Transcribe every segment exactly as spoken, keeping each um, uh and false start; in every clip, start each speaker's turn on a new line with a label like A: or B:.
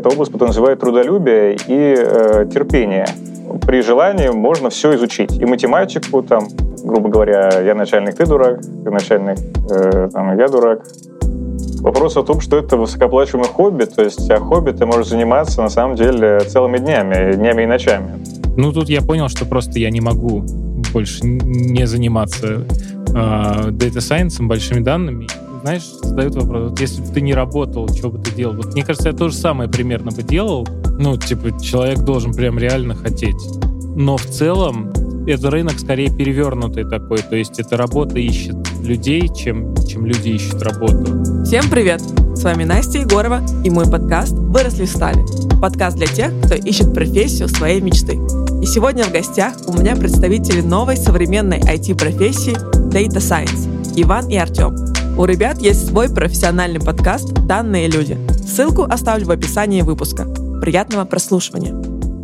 A: это область, которую называют трудолюбие и э, терпение. При желании можно все изучить. И математику, там, грубо говоря, я начальник, ты дурак, ты начальник, э, там, я дурак. Вопрос в том, что это высокооплачиваемое хобби, то есть а хобби ты можешь заниматься на самом деле целыми днями, днями и ночами.
B: Ну, тут я понял, что просто я не могу больше не заниматься э, data science, большими данными. Знаешь, задают вопрос, вот если бы ты не работал, что бы ты делал? Вот мне кажется, я то же самое примерно бы делал. Ну, типа, человек должен прям реально хотеть. Но в целом это рынок скорее перевернутый такой. То есть это работа ищет людей, чем, чем люди ищут работу.
C: Всем привет! С вами Настя Егорова и мой подкаст «Выросли в стали». Подкаст для тех, кто ищет профессию своей мечты. И сегодня в гостях у меня представители новой современной ай ти-профессии Data Science Иван и Артем. У ребят есть свой профессиональный подкаст «Данные люди». Ссылку оставлю в описании выпуска. Приятного прослушивания.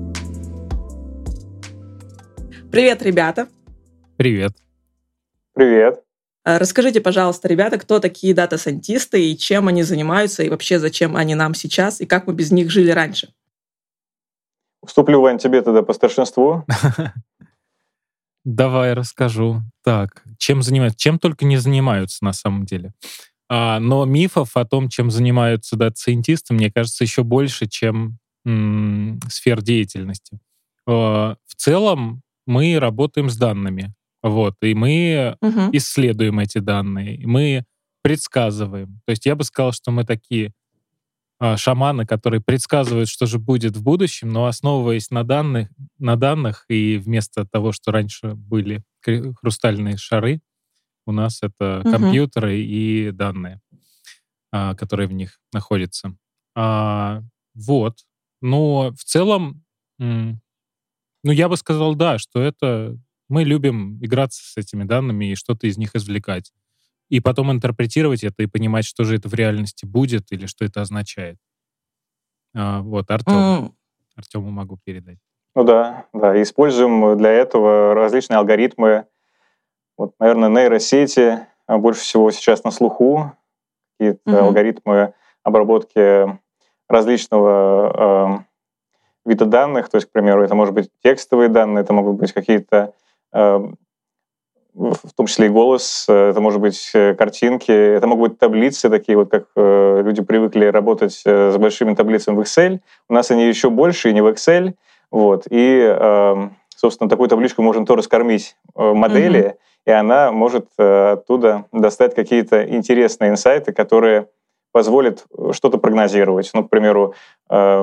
C: Привет, ребята.
B: Привет.
A: Привет.
C: Расскажите, пожалуйста, ребята, кто такие дата-сайентисты и чем они занимаются, и вообще зачем они нам сейчас, и как мы без них жили раньше?
A: Уступлю, Вань, тебе тогда по старшинству.
B: Давай расскажу. Так, чем занимаются? Чем только не занимаются на самом деле. А, но мифов о том, чем занимаются дата-сайентисты, мне кажется, еще больше, чем м- сфер деятельности. А, в целом мы работаем с данными. Вот, и мы
C: Угу.
B: исследуем эти данные, и мы предсказываем. То есть я бы сказал, что мы такие а, шаманы, которые предсказывают, что же будет в будущем, но основываясь на данных, на данных и вместо того, что раньше были кри- хрустальные шары, у нас это
C: Угу.
B: компьютеры и данные, а, которые в них находятся. А, вот. Но в целом, м, ну я бы сказал, да, что это мы любим играться с этими данными и что-то из них извлекать. И потом интерпретировать это и понимать, что же это в реальности будет или что это означает. А, вот, Артем.
C: М,
B: Артему могу передать.
A: Ну да, да. Используем для этого различные алгоритмы. Вот, наверное, нейросети а, больше всего сейчас на слуху. Какие-то
C: Мгм.
A: алгоритмы обработки различного э, вида данных. То есть, к примеру, это может быть текстовые данные, это могут быть какие-то, э, в том числе и голос, э, это может быть э, картинки, это могут быть таблицы такие, вот как э, люди привыкли работать э, с большими таблицами в Excel. У нас они еще больше, и не в Excel. Вот. И, э, собственно, такую табличку можно тоже скормить э, модели,
C: Мгм.
A: и она может э, оттуда достать какие-то интересные инсайты, которые позволят э, что-то прогнозировать. Ну, к примеру, э,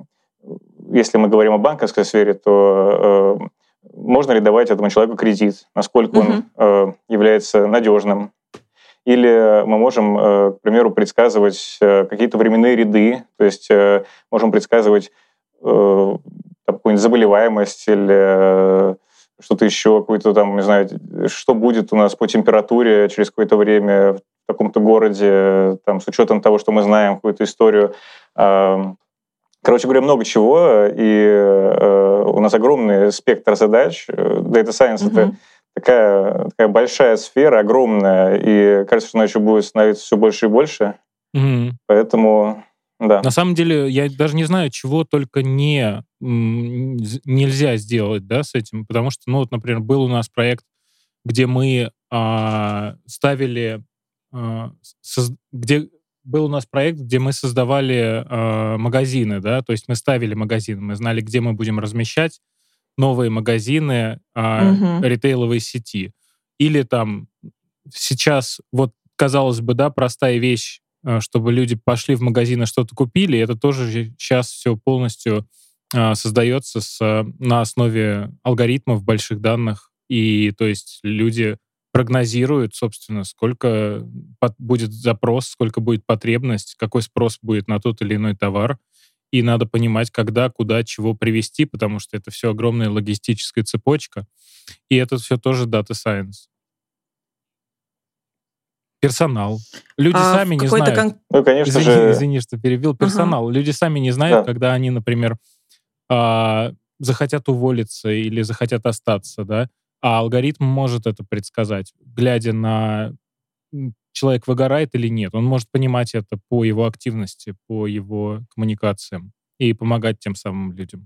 A: если мы говорим о банковской сфере, то э, можно ли давать этому человеку кредит, насколько он
C: Мгм.
A: э, является надежным. Или мы можем, э, к примеру, предсказывать э, какие-то временные ряды, то есть э, можем предсказывать э, там, какую-нибудь заболеваемость или э, что-то еще, какую-то там, не знаю, что будет у нас по температуре через какое-то время в таком-то городе, там, с учетом того, что мы знаем какую-то историю. Э, Короче говоря, много чего, и э, у нас огромный спектр задач. Э, Data Science — это
C: Мгм.
A: такая, такая большая сфера, огромная, и кажется, что она еще будет становиться все больше и больше.
B: Мгм.
A: Поэтому, да.
B: На самом деле, я даже не знаю, чего только не м, з- нельзя сделать, да, с этим, потому что, ну, вот, например, был у нас проект, где мы а, ставили, а, соз- где был у нас проект, где мы создавали а, магазины, да, то есть мы ставили магазины, мы знали, где мы будем размещать новые магазины а,
C: Мгм.
B: ритейловой сети. Или там сейчас, вот, казалось бы, да, простая вещь, э, чтобы люди пошли в магазин и что-то купили, это тоже сейчас все полностью а, создается с, а, на основе алгоритмов, больших данных. И то есть люди прогнозируют, собственно, сколько пот- будет запрос, сколько будет потребность, какой спрос будет на тот или иной товар. И надо понимать, когда, куда, чего привезти, потому что это все огромная логистическая цепочка. И это все тоже data science. Персонал. Люди
C: А
B: сами
C: в
B: не
C: какой-то
B: знают.
C: кон...
A: Ну и, конечно
B: Извини,
A: же,
B: извини, что перебил.
C: Ага.
B: Персонал. Люди сами не знают,
A: да,
B: когда они, например, а, захотят уволиться или захотят остаться, да, а алгоритм может это предсказать, глядя на м, человек выгорает или нет. Он может понимать это по его активности, по его коммуникациям. и помогать тем самым людям.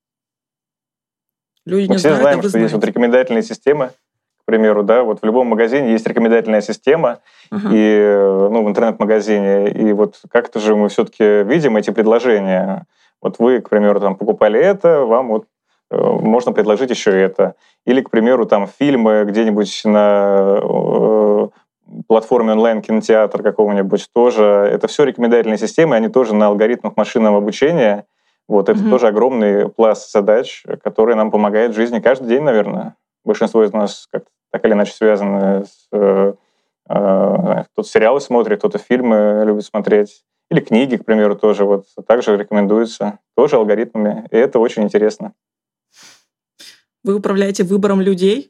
C: Люди
A: Мы
C: не
A: все
C: знают,
A: знаем,
C: а вы
A: что есть вот
C: знаете.
A: рекомендательные системы, к примеру, да, вот в любом магазине есть рекомендательная система,
C: Ага.
A: и, ну, в интернет-магазине, и вот как-то же мы все-таки видим эти предложения. Вот вы, к примеру, там покупали это, вам вот э, можно предложить еще это. Или, к примеру, там фильмы где-нибудь на э, платформе онлайн-кинотеатр какого-нибудь тоже. Это все рекомендательные системы, они тоже на алгоритмах машинного обучения. Вот это
C: Мгм.
A: тоже огромный пласт задач, который нам помогает в жизни каждый день, наверное. Большинство из нас как так или иначе связаны с... э, э, кто-то сериалы смотрит, кто-то фильмы любит смотреть. Или книги, к примеру, тоже вот также рекомендуются. Тоже алгоритмами. И это очень интересно.
C: Вы управляете выбором людей?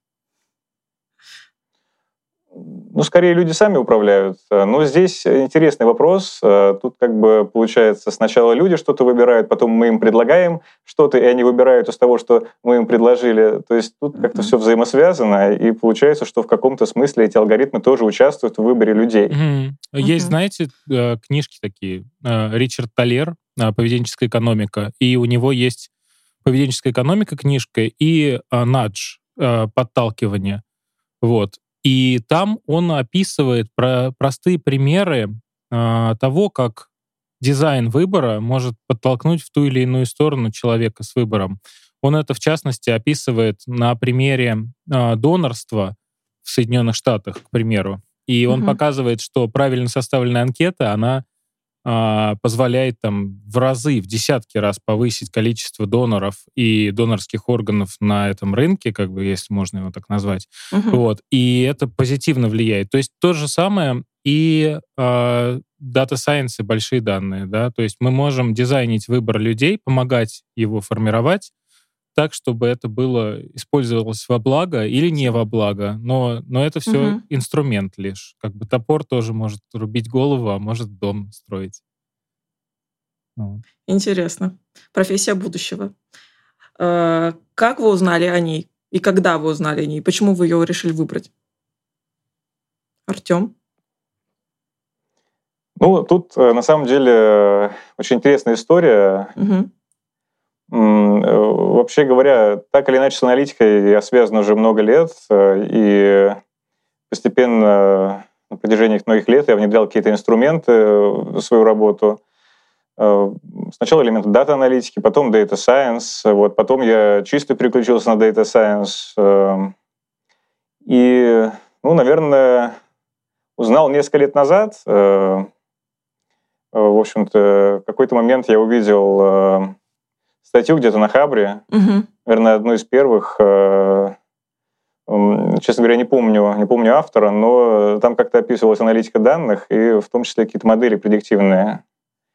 A: Ну, скорее, люди сами управляют. Но здесь интересный вопрос. Тут как бы получается, сначала люди что-то выбирают, потом мы им предлагаем что-то, и они выбирают из того, что мы им предложили. То есть тут как-то
C: Мгм.
A: все взаимосвязано, и получается, что в каком-то смысле эти алгоритмы тоже участвуют в выборе людей.
B: Мгм. Есть,
C: Мгм.
B: знаете, э, книжки такие. э, Ричард Талер э, «Поведенческая экономика». И у него есть «Поведенческая экономика» книжка и э, «Надж» э, «Подталкивание». Вот. И там он описывает про простые примеры э, того, как дизайн выбора может подтолкнуть в ту или иную сторону человека с выбором. Он это, в частности, описывает на примере э, донорства в Соединенных Штатах, к примеру. И он
C: Мгм.
B: показывает, что правильно составленная анкета, она а, позволяет там в разы, в десятки раз повысить количество доноров и донорских органов на этом рынке, как бы, если можно его так назвать.
C: Мгм.
B: Вот. И это позитивно влияет. То есть то же самое и а, Data Science и большие данные. Да? То есть мы можем дизайнить выбор людей, помогать его формировать так, чтобы это было использовалось во благо или не во благо. Но, но это все
C: Мгм.
B: инструмент лишь. Как бы топор тоже может рубить голову, а может дом строить. Вот.
C: Интересно. Профессия будущего. Э, Как вы узнали о ней? И когда вы узнали о ней? Почему вы ее решили выбрать? Артем?
A: Ну, тут э, на самом деле э, очень интересная история.
C: Мгм.
A: М, э, Вообще говоря, так или иначе с аналитикой я связан уже много лет, э, и постепенно на протяжении многих лет я внедрял какие-то инструменты в свою работу. Э, Сначала элементы дата-аналитики, потом data science, вот, потом я чисто переключился на data science. э, И, ну, наверное, узнал несколько лет назад. э, В общем-то, в какой-то момент я увидел э, статью где-то на Хабре,
C: Мгм.
A: наверное, одну из первых. э, м, Честно говоря, не помню, не помню автора, но там как-то описывалась аналитика данных, и в том числе какие-то модели предиктивные.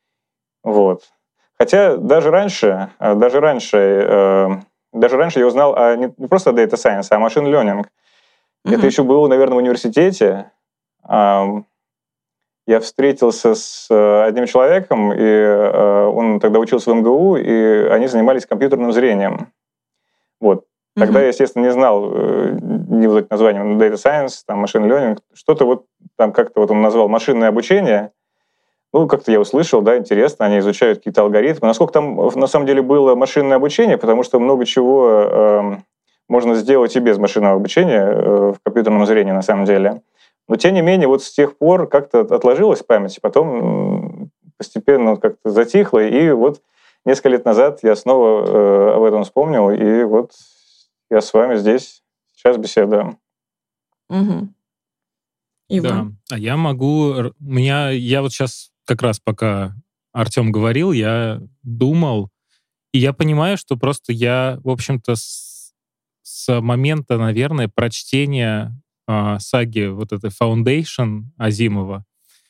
A: Вот. Хотя даже раньше, э, даже раньше, э, даже раньше я узнал о, не не просто data science, а о machine learning. Это
C: Мгм.
A: еще было, наверное, в университете. Ам, Я встретился с э, одним человеком, и э, он тогда учился в эм гэ у, и они занимались компьютерным зрением. Вот. Тогда
C: Мгм.
A: я, естественно, не знал э, ни вот эти названия data science, там, machine learning, что-то вот там как-то вот он назвал машинное обучение. Ну, как-то я услышал, да, интересно, они изучают какие-то алгоритмы. Насколько там э, на самом деле было машинное обучение, потому что много чего эм, можно сделать и без машинного обучения э, в компьютерном зрении на самом деле. Но тем не менее, вот с тех пор как-то отложилась в памяти, потом м, постепенно вот как-то затихло, и вот несколько лет назад я снова э, об этом вспомнил, и вот я с вами здесь сейчас беседую.
C: Мгм.
B: Да.
C: Иван?
B: А я могу... р- У меня... Я вот сейчас как раз пока Артем говорил, я думал, и я понимаю, что просто я, в общем-то, с, с момента, наверное, прочтения а, саги вот этой Foundation Азимова,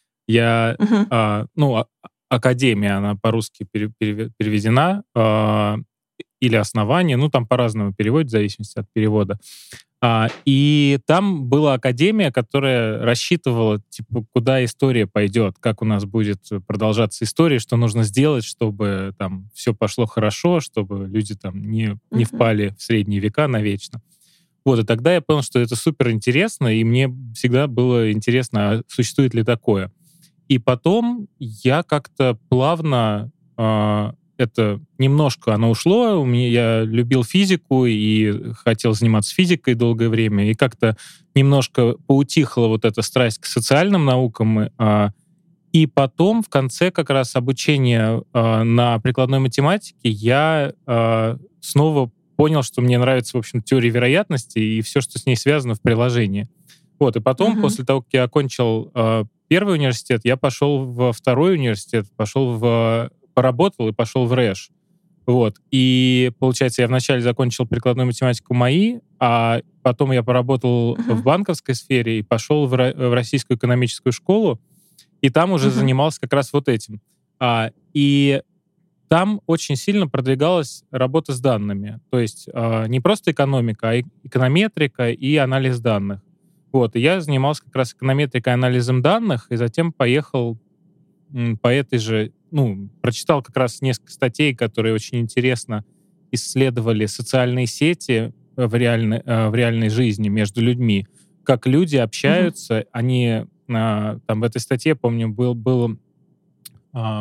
B: я,
C: Мгм.
B: а, ну, а- Академия, она по-русски пере- переве- переведена, а, или Основание, ну, там по-разному переводят, в зависимости от перевода. А, и там была академия, которая рассчитывала, типа, куда история пойдет, как у нас будет продолжаться история, что нужно сделать, чтобы там все пошло хорошо, чтобы люди там не, не
C: Мгм.
B: впали в средние века навечно. Вот, и тогда я понял, что это супер интересно, и мне всегда было интересно, а существует ли такое. И потом я как-то плавно а, это немножко оно ушло. У меня, я любил физику и хотел заниматься физикой долгое время, и как-то немножко поутихла вот эта страсть к социальным наукам. И потом, в конце как раз обучения на прикладной математике, я снова понял, что мне нравится, в общем, теория вероятности и все, что с ней связано в приложении. Вот, и потом, uh-huh. после того, как я окончил э, первый университет, я пошел во второй университет, пошел в... поработал и пошел в РЭШ. Вот. И, получается, я вначале закончил прикладную математику МАИ, а потом я поработал uh-huh. в банковской сфере и пошел в, в Российскую экономическую школу, и там уже uh-huh. занимался как раз вот этим. А, и там очень сильно продвигалась работа с данными. То есть э, не просто экономика, а эконометрика и анализ данных. Вот, и я занимался как раз эконометрикой и анализом данных, и затем поехал м, по этой же... Ну, прочитал как раз несколько статей, которые очень интересно исследовали социальные сети в реальной, э, в реальной жизни между людьми. Как люди общаются, mm-hmm. они... Э, там в этой статье, помню, был... был э,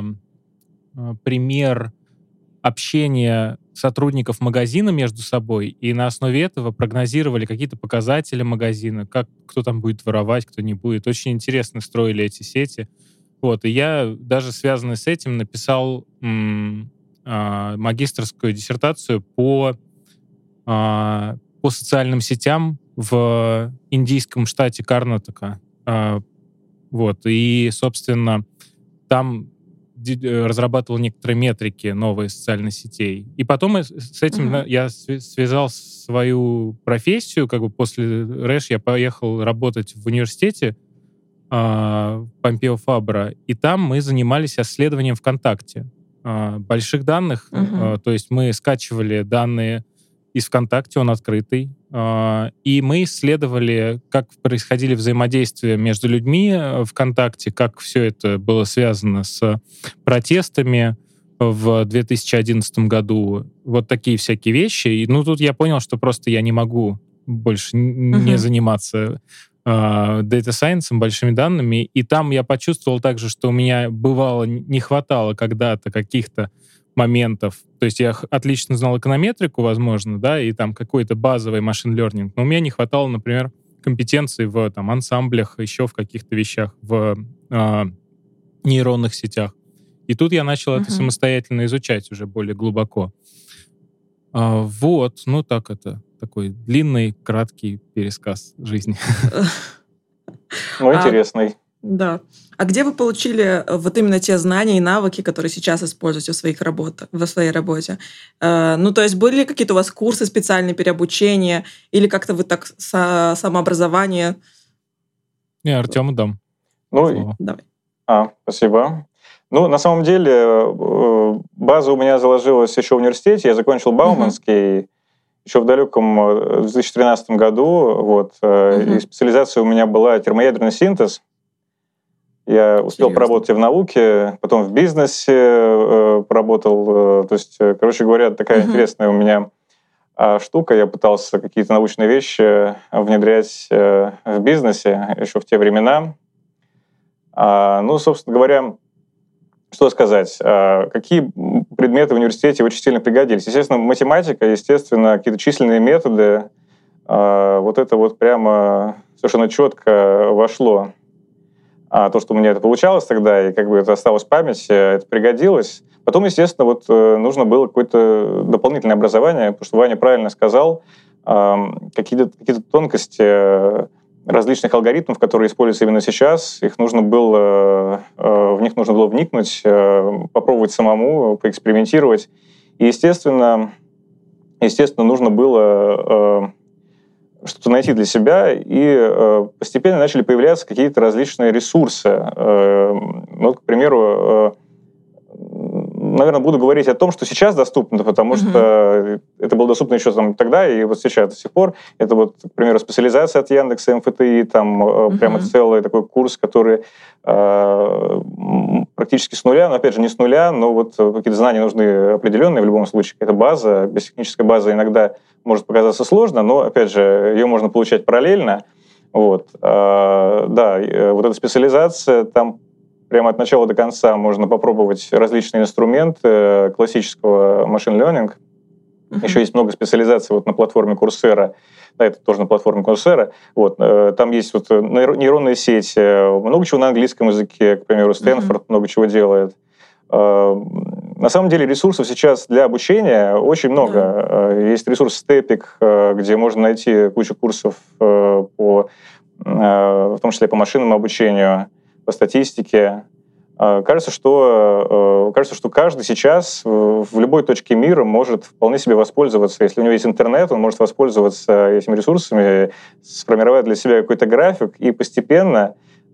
B: пример общения сотрудников магазина между собой, и на основе этого прогнозировали какие-то показатели магазина, как кто там будет воровать, кто не будет. Очень интересно строили эти сети. Вот, и я даже связанный с этим написал м, а, магистерскую диссертацию по, а, по социальным сетям в индийском штате Карнатака. А, вот, и, собственно, там разрабатывал некоторые метрики новые социальных сетей. И потом с этим uh-huh. я связал свою профессию. Как бы после РЭШ я поехал работать в университете э, Помпео Фабро, и там мы занимались исследованием ВКонтакте. Э, больших данных. Uh-huh. Э, то есть мы скачивали данные из ВКонтакте, он открытый. Э, и мы исследовали, как происходили взаимодействия между людьми ВКонтакте, как все это было связано с протестами в две тысячи одиннадцатом году. Вот такие всякие вещи. И, ну, тут я понял, что просто я не могу больше uh-huh. не заниматься э, data science, большими данными. И там я почувствовал также, что у меня бывало не хватало когда-то каких-то моментов. То есть я отлично знал эконометрику, возможно, да, и там какой-то базовый машин-лернинг, но у меня не хватало, например, компетенций в там, ансамблях, еще в каких-то вещах, в э, нейронных сетях. И тут я начал uh-huh. это самостоятельно изучать уже более глубоко. А, вот, ну так это, такой длинный, краткий пересказ жизни.
A: Ну, интересный.
C: Да. А где вы получили вот именно те знания и навыки, которые сейчас используете в своих работах, в своей работе? Ну, то есть были какие-то у вас курсы специальные, переобучения, или как-то вы так со- самообразование?
B: Не, Артему дам.
A: Ну,
C: Давай.
A: А, спасибо. Ну, на самом деле, база у меня заложилась еще в университете. Я закончил Бауманский uh-huh. еще в далеком две тысячи тринадцатом году. Вот, uh-huh. И специализация у меня была термоядерный синтез. Я успел Серьезно? поработать и в науке, потом в бизнесе э, поработал. Э, то есть, э, короче говоря, такая uh-huh. интересная у меня э, штука. Я пытался какие-то научные вещи внедрять э, в бизнесе еще в те времена. А, ну, собственно говоря, что сказать? А, какие предметы в университете очень сильно пригодились? Естественно, математика, естественно, какие-то численные методы. А, вот это вот прямо совершенно четко вошло. А то, что у меня это получалось тогда, и как бы это осталось в памяти, это пригодилось. Потом, естественно, вот нужно было какое-то дополнительное образование, потому что Ваня правильно сказал, какие-то, какие-то тонкости различных алгоритмов, которые используются именно сейчас, их нужно было, в них нужно было вникнуть, попробовать самому, поэкспериментировать. И, естественно, естественно, нужно было что-то найти для себя, и э, постепенно начали появляться какие-то различные ресурсы. Э, ну, к примеру, э, наверное, буду говорить о том, что сейчас доступно, потому mm-hmm. что это было доступно еще там, тогда, и вот сейчас до сих пор. Это вот, к примеру, специализация от Яндекса, эм эф тэ и, там mm-hmm. прямо целый такой курс, который э, практически с нуля, но опять же не с нуля, но вот какие-то знания нужны определенные в любом случае, какая-то база, без технической базы иногда может показаться сложно, но, опять же, ее можно получать параллельно. Вот. А, да, вот эта специализация, там прямо от начала до конца можно попробовать различные инструменты классического machine learning. Uh-huh. Еще есть много специализаций вот на платформе Coursera. Да, это тоже на платформе Coursera. Вот, там есть вот нейронные сети, много чего на английском языке, к примеру, Стэнфорд uh-huh. много чего делает. На самом деле ресурсов сейчас для обучения очень много. Yeah. Есть ресурс Stepik, где можно найти кучу курсов по, в том числе по машинному обучению, по статистике. Кажется, что, кажется, что каждый сейчас в любой точке мира может вполне себе воспользоваться. Если у него есть интернет, он может воспользоваться этими ресурсами, сформировать для себя какой-то график и постепенно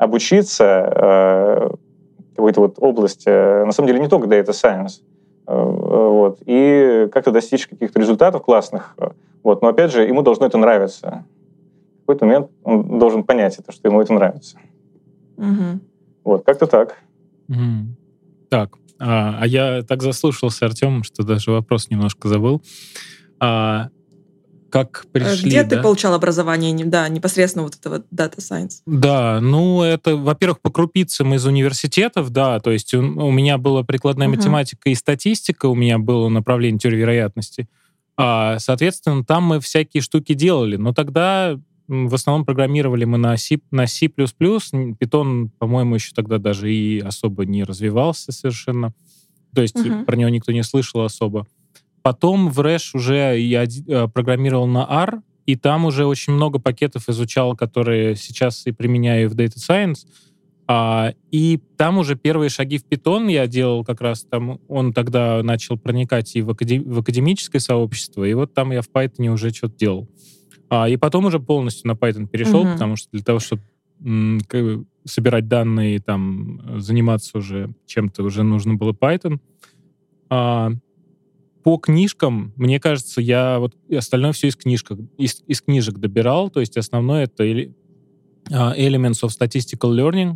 A: обучиться какой-то вот области, на самом деле не только Data Science, вот, и как-то достичь каких-то результатов классных. Вот. Но опять же, ему должно это нравиться. В какой-то момент он должен понять это, что ему это нравится.
C: Угу.
A: Вот, как-то так.
B: Угу. Так, а, а я так заслушался Артемом, что даже вопрос немножко забыл. А, как пришли,
C: Где
B: да?
C: ты получал образование, да, непосредственно вот этого Data Science?
B: Да, ну это, во-первых, по крупицам из университетов, да, то есть у, у меня была прикладная uh-huh. математика и статистика, у меня было направление теории вероятности. А, соответственно, там мы всякие штуки делали, но тогда в основном программировали мы на C, на C++, Python, по-моему, еще тогда даже и особо не развивался совершенно, то есть uh-huh. про него никто не слышал особо. Потом в Рэш уже я программировал на R, и там уже очень много пакетов изучал, которые сейчас и применяю в Data Science. А, и там уже первые шаги в Python я делал как раз там. Он тогда начал проникать и в, академ, в академическое сообщество, и вот там я в Python уже что-то делал. А, и потом уже полностью на Python перешел, uh-huh. потому что для того, чтобы м, собирать данные, там, заниматься уже чем-то, уже нужно было Python. А, По книжкам, мне кажется, я вот остальное все из книжек, из, из книжек добирал. То есть основное это Elements of Statistical Learning,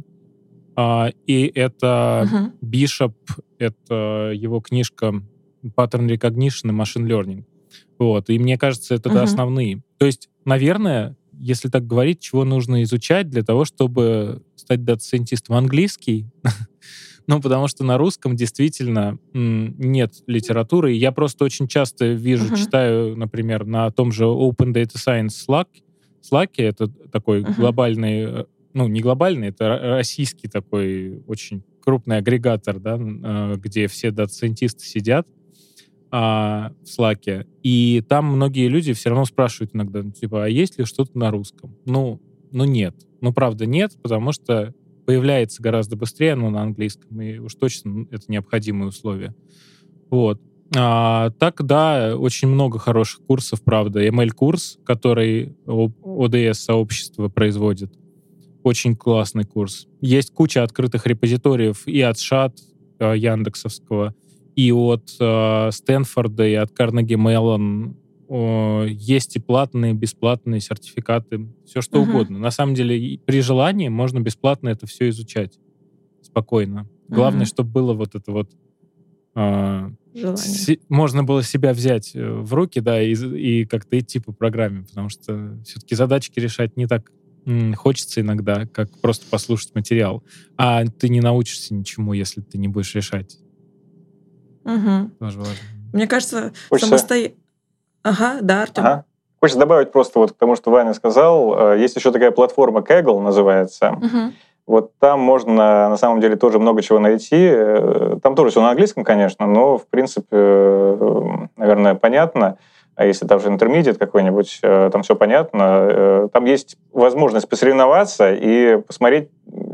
B: и это uh-huh. Bishop, это его книжка Pattern Recognition и Machine Learning. Вот. И мне кажется, это uh-huh. основные. То есть, наверное, если так говорить, чего нужно изучать для того, чтобы стать дата-сайентистом? Английский. Ну, потому что на русском действительно м, нет литературы. Я просто очень часто вижу, uh-huh. читаю, например, на том же Open Data Science Slack. Slack — это такой uh-huh. глобальный, ну, не глобальный, это российский такой очень крупный агрегатор, да, где все дата-сайентисты сидят а, в Slack. И там многие люди все равно спрашивают иногда, типа, а есть ли что-то на русском? Ну, ну нет. Ну, правда, нет, потому что появляется гораздо быстрее, но на английском, и уж точно это необходимые условия. Вот. А, так, да, очень много хороших курсов, правда. эм эл-курс, который о дэ эс-сообщество производит. Очень классный курс. Есть куча открытых репозиториев и от Шат яндексовского, и от э, Стэнфорда, и от Карнеги Меллон. Есть и платные, бесплатные сертификаты, все что uh-huh. угодно. На самом деле, при желании можно бесплатно это все изучать спокойно. Главное, uh-huh. чтобы было вот это вот... Э, си, можно было себя взять в руки, да, и, и как-то идти по программе, потому что все-таки задачки решать не так м, хочется иногда, как просто послушать материал. А ты не научишься ничему, если ты не будешь решать.
C: Uh-huh.
B: Тоже важно.
C: Мне кажется,
A: Хочется...
C: самостоятельно... Ага, да, Артем.
A: Ага. Хочется добавить просто вот к тому, что Ваня сказал. Есть еще такая платформа Kaggle называется.
C: Uh-huh.
A: Вот там можно на самом деле тоже много чего найти. Там тоже все на английском, конечно, но в принципе, наверное, понятно. А если там же intermediate какой-нибудь, там все понятно. Там есть возможность посоревноваться и посмотреть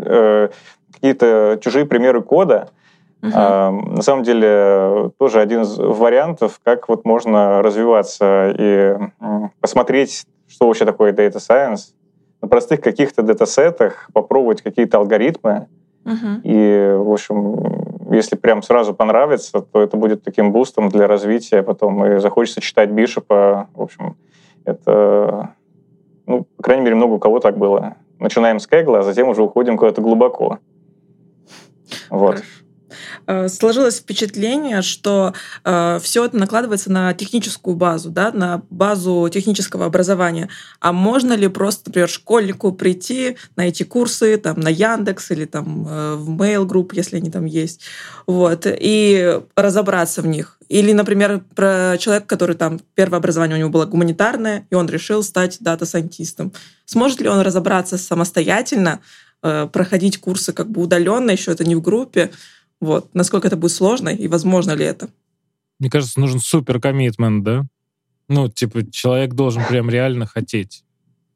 A: какие-то чужие примеры кода. Uh-huh. А, на самом деле, тоже один из вариантов, как вот можно развиваться и посмотреть, что вообще такое Data Science, на простых каких-то датасетах, попробовать какие-то алгоритмы. Uh-huh. И, в общем, если прям сразу понравится, то это будет таким бустом для развития. Потом и захочется читать Бишопа. В общем, это, ну, по крайней мере, много у кого так было. Начинаем с Kaggle, а затем уже уходим куда-то глубоко. Вот.
C: Хорошо. э, сложилось впечатление, что э, все это накладывается на техническую базу, да, на базу технического образования. А можно ли просто, например, школьнику прийти, найти курсы там, на Яндекс или там, э, в Mail Group, если они там есть, вот, и разобраться в них? Или, например, про человека, который там первое образование у него было гуманитарное, и он решил стать дата-сайентистом. Сможет ли он разобраться самостоятельно, э, проходить курсы как бы удаленно, еще это не в группе? Вот. Насколько это будет сложно и возможно ли это?
B: Мне кажется, нужен супер коммитмент, да? Ну, типа, человек должен прям реально хотеть.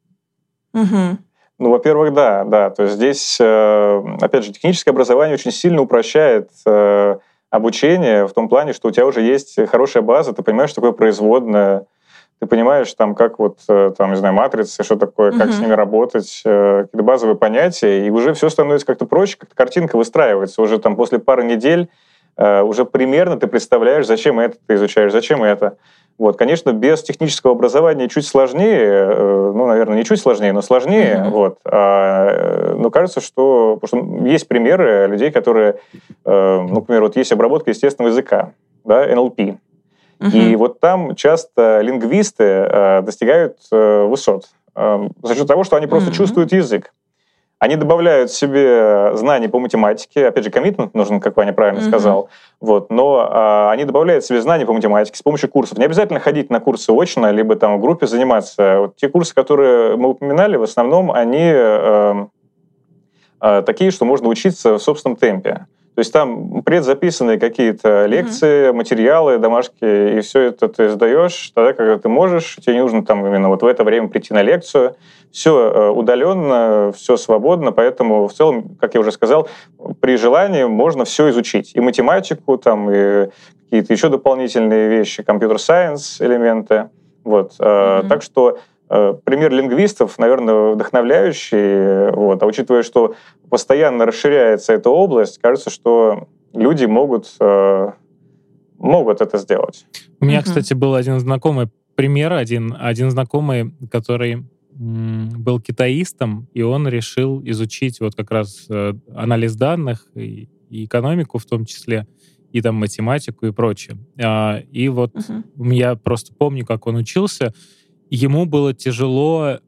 C: Угу.
A: Ну, во-первых, да, да. То есть здесь, э, опять же, техническое образование очень сильно упрощает э, обучение в том плане, что у тебя уже есть хорошая база, ты понимаешь, что такое производное, ты понимаешь, там, как вот, там, не знаю, матрицы, что такое, как
C: Мгм.
A: с ними работать, э, какие-то базовые понятия, и уже все становится как-то проще, как-то картинка выстраивается. Уже там после пары недель э, уже примерно ты представляешь, зачем это ты изучаешь, зачем это. Вот, конечно, без технического образования чуть сложнее, э, ну, наверное, не чуть сложнее, но сложнее.
C: Мгм.
A: Вот. А, э, но кажется, что, потому что есть примеры людей, которые, э, ну, например, вот есть обработка естественного языка, да, эн эл пи. И
C: Мгм.
A: вот там часто лингвисты э, достигают э, высот э, за счет того, что они просто
C: Мгм.
A: чувствуют язык. Они добавляют себе знаний по математике, опять же, коммитмент нужен, как Ваня правильно
C: Мгм.
A: сказал, вот, но а, они добавляют себе знаний по математике с помощью курсов. Не обязательно ходить на курсы очно, либо там в группе заниматься. Вот те курсы, которые мы упоминали, в основном они э, э, такие, что можно учиться в собственном темпе. То есть там предзаписанные какие-то лекции, материалы домашние, и все это ты сдаешь тогда, когда ты можешь. Тебе не нужно там именно вот в это время прийти на лекцию. Все удаленно, все свободно, поэтому в целом, как я уже сказал, при желании можно все изучить. И математику, там, и какие-то еще дополнительные вещи, компьютер-сайенс элементы. Вот.
C: Мгм.
A: Так что э, пример лингвистов, наверное, вдохновляющий. Вот. А учитывая, что постоянно расширяется эта область, кажется, что люди могут, э, могут это сделать.
B: У меня,
C: Мгм.
B: кстати, был один знакомый пример, один, один знакомый, который м, был китаистом, и он решил изучить вот как раз э, анализ данных и, и экономику в том числе, и там математику и прочее. А, и вот
C: Мгм.
B: я просто помню, как он учился. Ему было тяжело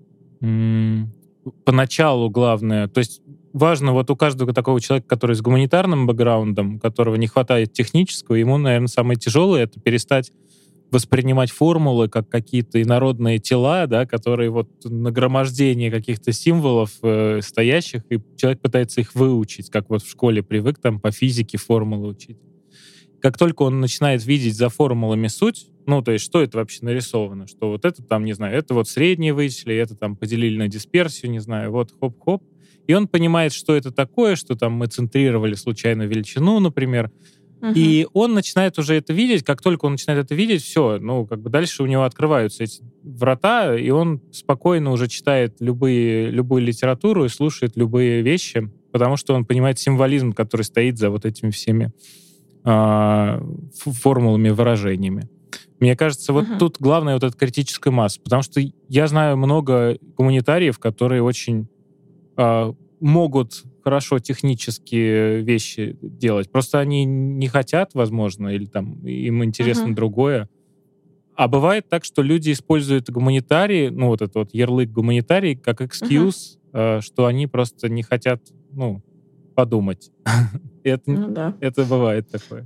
B: м, поначалу, главное. То есть важно вот у каждого такого человека, который с гуманитарным бэкграундом, у которого не хватает технического, ему, наверное, самое тяжелое — это перестать воспринимать формулы как какие-то инородные тела, да, которые вот нагромождение каких-то символов э, стоящих, и человек пытается их выучить, как вот в школе привык там по физике формулы учить. Как только он начинает видеть за формулами суть, ну, то есть что это вообще нарисовано, что вот это там, не знаю, это вот среднее вычли, это там поделили на дисперсию, не знаю, вот хоп-хоп, и он понимает, что это такое, что там мы центрировали случайную величину, например,
C: Мгм.
B: и он начинает уже это видеть. Как только он начинает это видеть, все, ну, как бы дальше у него открываются эти врата, и он спокойно уже читает любые, любую литературу и слушает любые вещи, потому что он понимает символизм, который стоит за вот этими всеми а, ф- формулами, выражениями. Мне кажется, вот
C: Мгм.
B: тут главное вот эта критическая масса, потому что я знаю много гуманитариев, которые очень а, могут хорошо технические вещи делать. Просто они не хотят, возможно, или там им интересно
C: Мгм.
B: другое. А бывает так, что люди используют гуманитарий, ну вот этот вот ярлык гуманитарий, как
C: Мгм.
B: экскьюз, э, что они просто не хотят, ну, подумать. Это,
C: Ну да,
B: это бывает такое.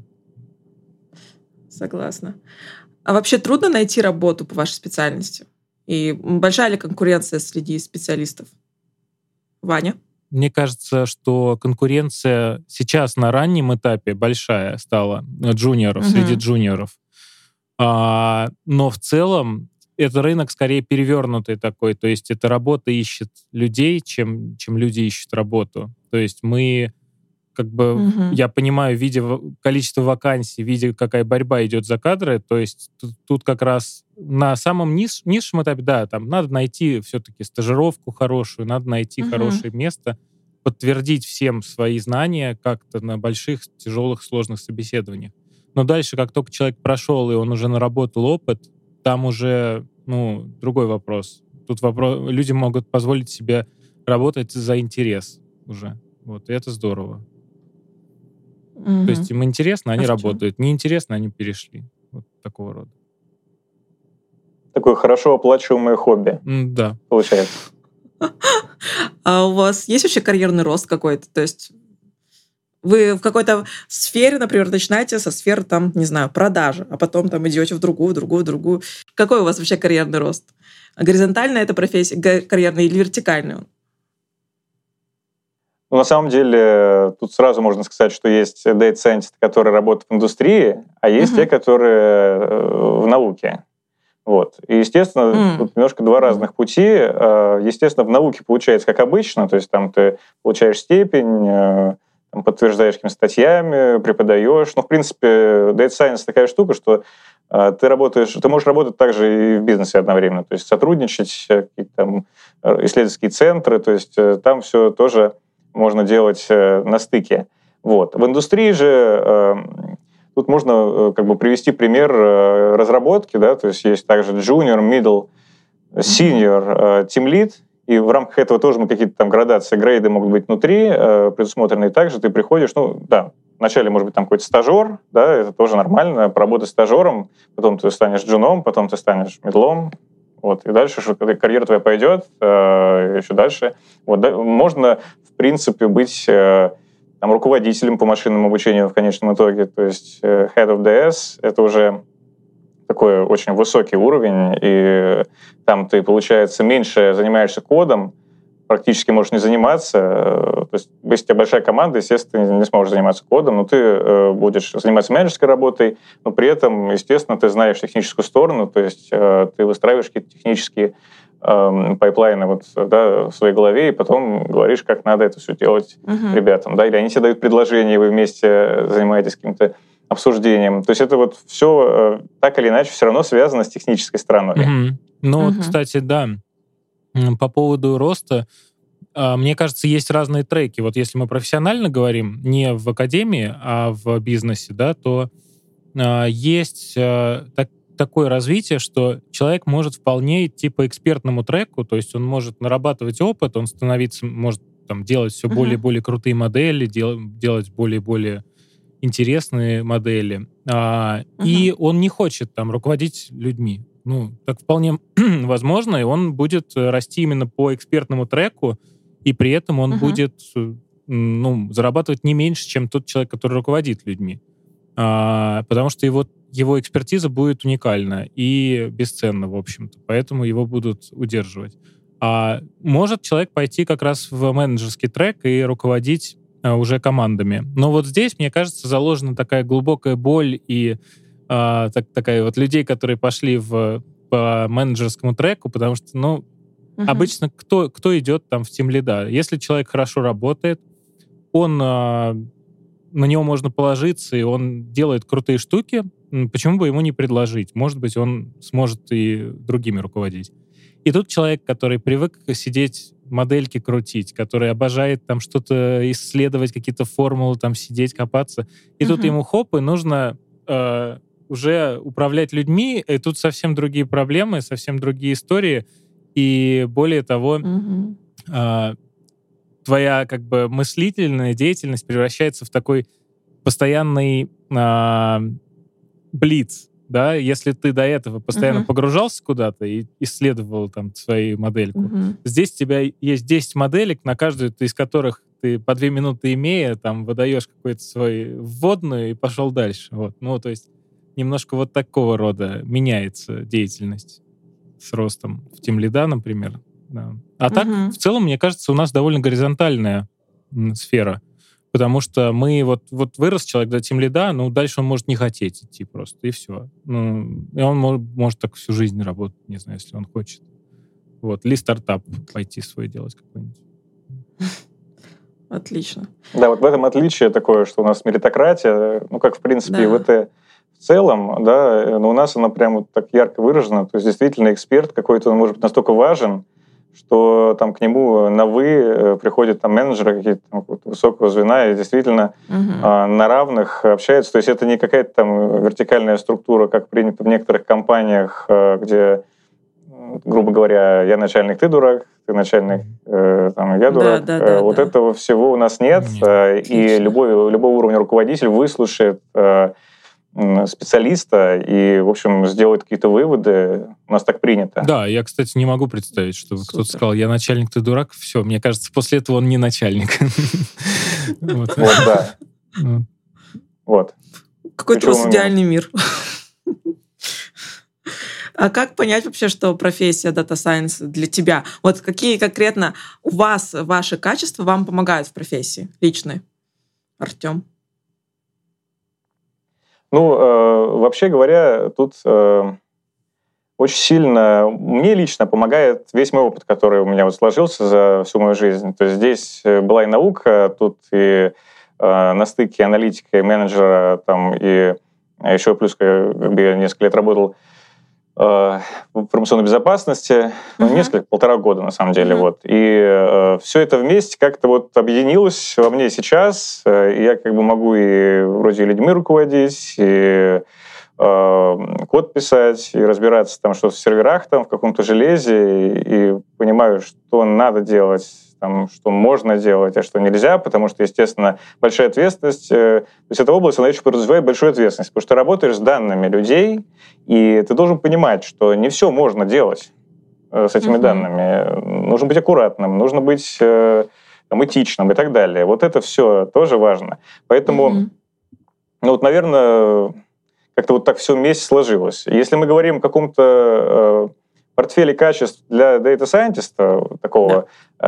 C: согласна. А вообще трудно найти работу по вашей специальности? И м, большая ли конкуренция среди специалистов? Ваня?
B: Мне кажется, что конкуренция сейчас на раннем этапе большая стала э, джуниоров, среди
C: Мгм.
B: джуниоров. А, но в целом это рынок скорее перевернутый такой, то есть это работа ищет людей, чем, чем люди ищут работу. То есть мы, как бы,
C: Мгм.
B: я понимаю, видя в- количество вакансий, видя, какая борьба идет за кадры, то есть тут, тут как раз на самом низ, низшем этапе, да, там надо найти все-таки стажировку хорошую, надо найти
C: Мгм.
B: хорошее место, подтвердить всем свои знания как-то на больших, тяжелых, сложных собеседованиях. Но дальше, как только человек прошел, и он уже наработал опыт, там уже, ну, другой вопрос. Тут вопрос, люди могут позволить себе работать за интерес уже. Вот, и это здорово. Mm-hmm. То есть им интересно, они
C: а
B: работают. Неинтересно, они перешли. Вот такого рода.
A: Такое хорошо оплачиваемое хобби.
B: Mm, да.
A: Получается.
C: А у вас есть вообще карьерный рост какой-то? То есть вы в какой-то сфере, например, начинаете со сферы, там, не знаю, продажи, а потом там идете в другую, в другую, в другую. Какой у вас вообще карьерный рост? Горизонтальная это профессия, карьерный или вертикальный он?
A: Ну, на самом деле, тут сразу можно сказать, что есть data scientists, которые работают в индустрии, а есть uh-huh. те, которые в науке. Вот. И, естественно, mm. тут немножко два разных пути. Естественно, в науке получается как обычно, то есть там ты получаешь степень, там, подтверждаешь какими-то статьями, преподаешь. Ну, в принципе, data science такая штука, что ты работаешь, ты можешь работать также и в бизнесе одновременно, то есть сотрудничать, какие-то там исследовательские центры, то есть там все тоже можно делать на стыке. Вот. В индустрии же тут можно как бы привести пример разработки, да, то есть есть также junior, middle, senior, team lead, и в рамках этого тоже мы какие-то там градации, грейды могут быть внутри предусмотрены, и также ты приходишь, ну да, вначале может быть там какой-то стажер, да, это тоже нормально, поработать стажером, потом ты станешь джуном, потом ты станешь мидлом, вот, и дальше, что карьера твоя пойдет, еще дальше. Вот, да, можно, в принципе, быть там, руководителем по машинному обучению в конечном итоге, то есть Head of ди эс — это уже такой очень высокий уровень, и там ты, получается, меньше занимаешься кодом, практически можешь не заниматься. То есть, если у тебя большая команда, естественно, ты не сможешь заниматься кодом, но ты будешь заниматься менеджерской работой, но при этом, естественно, ты знаешь техническую сторону, то есть ты выстраиваешь какие-то технические пайплайны вот, да, в своей голове, и потом говоришь, как надо это все делать uh-huh. ребятам. Да? Или они тебе дают предложение, и вы вместе занимаетесь каким-то обсуждением. То есть это вот все так или иначе все равно связано с технической стороной.
B: Uh-huh. Ну uh-huh. вот, кстати, да, по поводу роста, мне кажется, есть разные треки. Вот если мы профессионально говорим, не в академии, а в бизнесе, да, то есть так, такое развитие, что человек может вполне идти по экспертному треку, то есть он может нарабатывать опыт, он становиться, может там, делать все uh-huh. более и более крутые модели, дел, делать более и более интересные модели. Uh-huh. И он не хочет там руководить людьми. Ну, так вполне возможно, и он будет расти именно по экспертному треку, и при этом он uh-huh. будет ну, зарабатывать не меньше, чем тот человек, который руководит людьми. А, потому что его, его экспертиза будет уникальна и бесценна, в общем-то. Поэтому его будут удерживать. А может человек пойти как раз в менеджерский трек и руководить а, уже командами. Но вот здесь, мне кажется, заложена такая глубокая боль и а, так, такая вот людей, которые пошли в, по менеджерскому треку, потому что, ну, uh-huh. обычно кто, кто идет там в тимлида? Если человек хорошо работает, он... А, на него можно положиться, и он делает крутые штуки, почему бы ему не предложить? Может быть, он сможет и другими руководить. И тут человек, который привык сидеть, модельки крутить, который обожает там что-то исследовать, какие-то формулы, там сидеть, копаться, и uh-huh. тут ему хоп, и нужно э, уже управлять людьми, и тут совсем другие проблемы, совсем другие истории, и более того, uh-huh. э, твоя как бы мыслительная деятельность превращается в такой постоянный э, блиц, да, если ты до этого постоянно uh-huh. погружался куда-то и исследовал там свою модельку, uh-huh. здесь у тебя есть десять моделек, на каждую из которых ты по две минуты имея, там, выдаешь какую-то свою вводную и пошел дальше. Вот. Ну, то есть немножко вот такого рода меняется деятельность с ростом в тимлида, например. Да. А uh-huh. так, в целом, мне кажется, у нас довольно горизонтальная м, сфера, потому что мы вот, вот вырос человек до тимлида, ну, дальше он может не хотеть идти просто, и все. Ну, и он может, может так всю жизнь работать, не знаю, если он хочет. Вот, или стартап пойти свой делать какой-нибудь.
C: Отлично.
A: Да, вот в этом отличие такое, что у нас меритократия, ну, как, в принципе,
C: да.
A: и в это в целом, да, но у нас она прям вот так ярко выражена, то есть действительно эксперт какой-то, он может быть настолько важен, что там к нему на «вы» приходят там менеджеры какие-то там, высокого звена и действительно uh-huh. э, на равных общаются. То есть это не какая-то там вертикальная структура, как принято в некоторых компаниях, э, где грубо говоря, я начальник, ты дурак, ты начальник, э, там, я дурак.
C: Да, да,
A: э,
C: да,
A: вот
C: да.
A: этого всего у нас нет.
B: Нет.
A: Э, и
C: Отлично.
A: любой, любого уровня руководитель выслушает э, м, специалиста и, в общем, сделает какие-то выводы. У нас так принято.
B: Да, я, кстати, не могу представить, чтобы кто-то
C: Супер.
B: сказал, я начальник, ты дурак. Все, мне кажется, после этого он не начальник. Вот.
A: Вот, да.
B: Ну,
A: Вот.
C: Какой-то у вас
A: Ключевой
C: идеальный мир. А как понять вообще, что профессия Data Science для тебя? Вот какие конкретно у вас, ваши качества вам помогают в профессии личной? Артем?
A: Ну, э, вообще говоря, тут э, очень сильно, мне лично помогает весь мой опыт, который у меня вот сложился за всю мою жизнь. То есть здесь была и наука, тут и э, на стыке аналитика и менеджера, там, и еще плюс как бы, я несколько лет работал э, в информационной безопасности, ну,
C: Мгм.
A: несколько, полтора года на самом деле,
C: Мгм.
A: вот. И э, все это вместе как-то вот объединилось во мне сейчас, э, и я как бы могу и вроде и людьми руководить, и э, код писать, и разбираться там что в серверах, там, в каком-то железе, и, и понимаю, что надо делать, там, что можно делать, а что нельзя, потому что, естественно, большая ответственность. э, То есть эта область, она еще подразумевает большую ответственность, потому что ты работаешь с данными людей, и ты должен понимать, что не все можно делать э, с этими
C: Мгм.
A: данными. Нужно быть аккуратным, нужно быть э, там, этичным и так далее. Вот это все тоже важно. Поэтому,
C: Мгм.
A: ну вот, наверное, как-то вот так все вместе сложилось. Если мы говорим о каком-то э, портфеле качеств для Data Scientist, такого,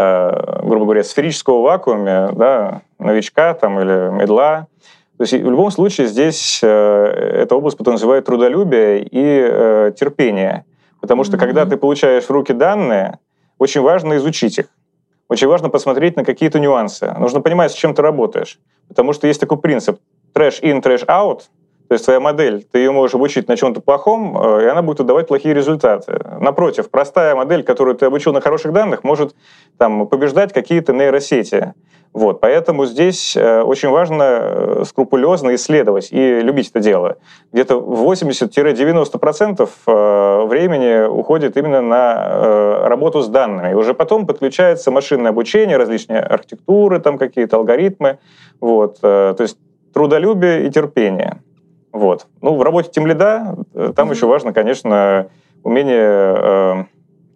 A: э, грубо говоря, сферического вакууме, да, новичка там, или медла, то есть в любом случае здесь э, эта область подразумевает трудолюбие и э, терпение. Потому что когда
C: Мгм.
A: ты получаешь в руки данные, очень важно изучить их. Очень важно посмотреть на какие-то нюансы. Нужно понимать, с чем ты работаешь. Потому что есть такой принцип trash in, trash out. То есть твоя модель, ты ее можешь обучить на чем-то плохом, э, и она будет отдавать плохие результаты. Напротив, простая модель, которую ты обучил на хороших данных, может там, побеждать какие-то нейросети. Вот, поэтому здесь э, очень важно э, скрупулезно исследовать и любить это дело. Где-то восемьдесят-девяносто процентов э, времени уходит именно на э, работу с данными. И уже потом подключается машинное обучение, различные архитектуры, там какие-то алгоритмы. Вот, э, то есть трудолюбие и терпение. Вот. Ну, в работе тимлида э, там
C: Мгм.
A: еще важно, конечно, умение э,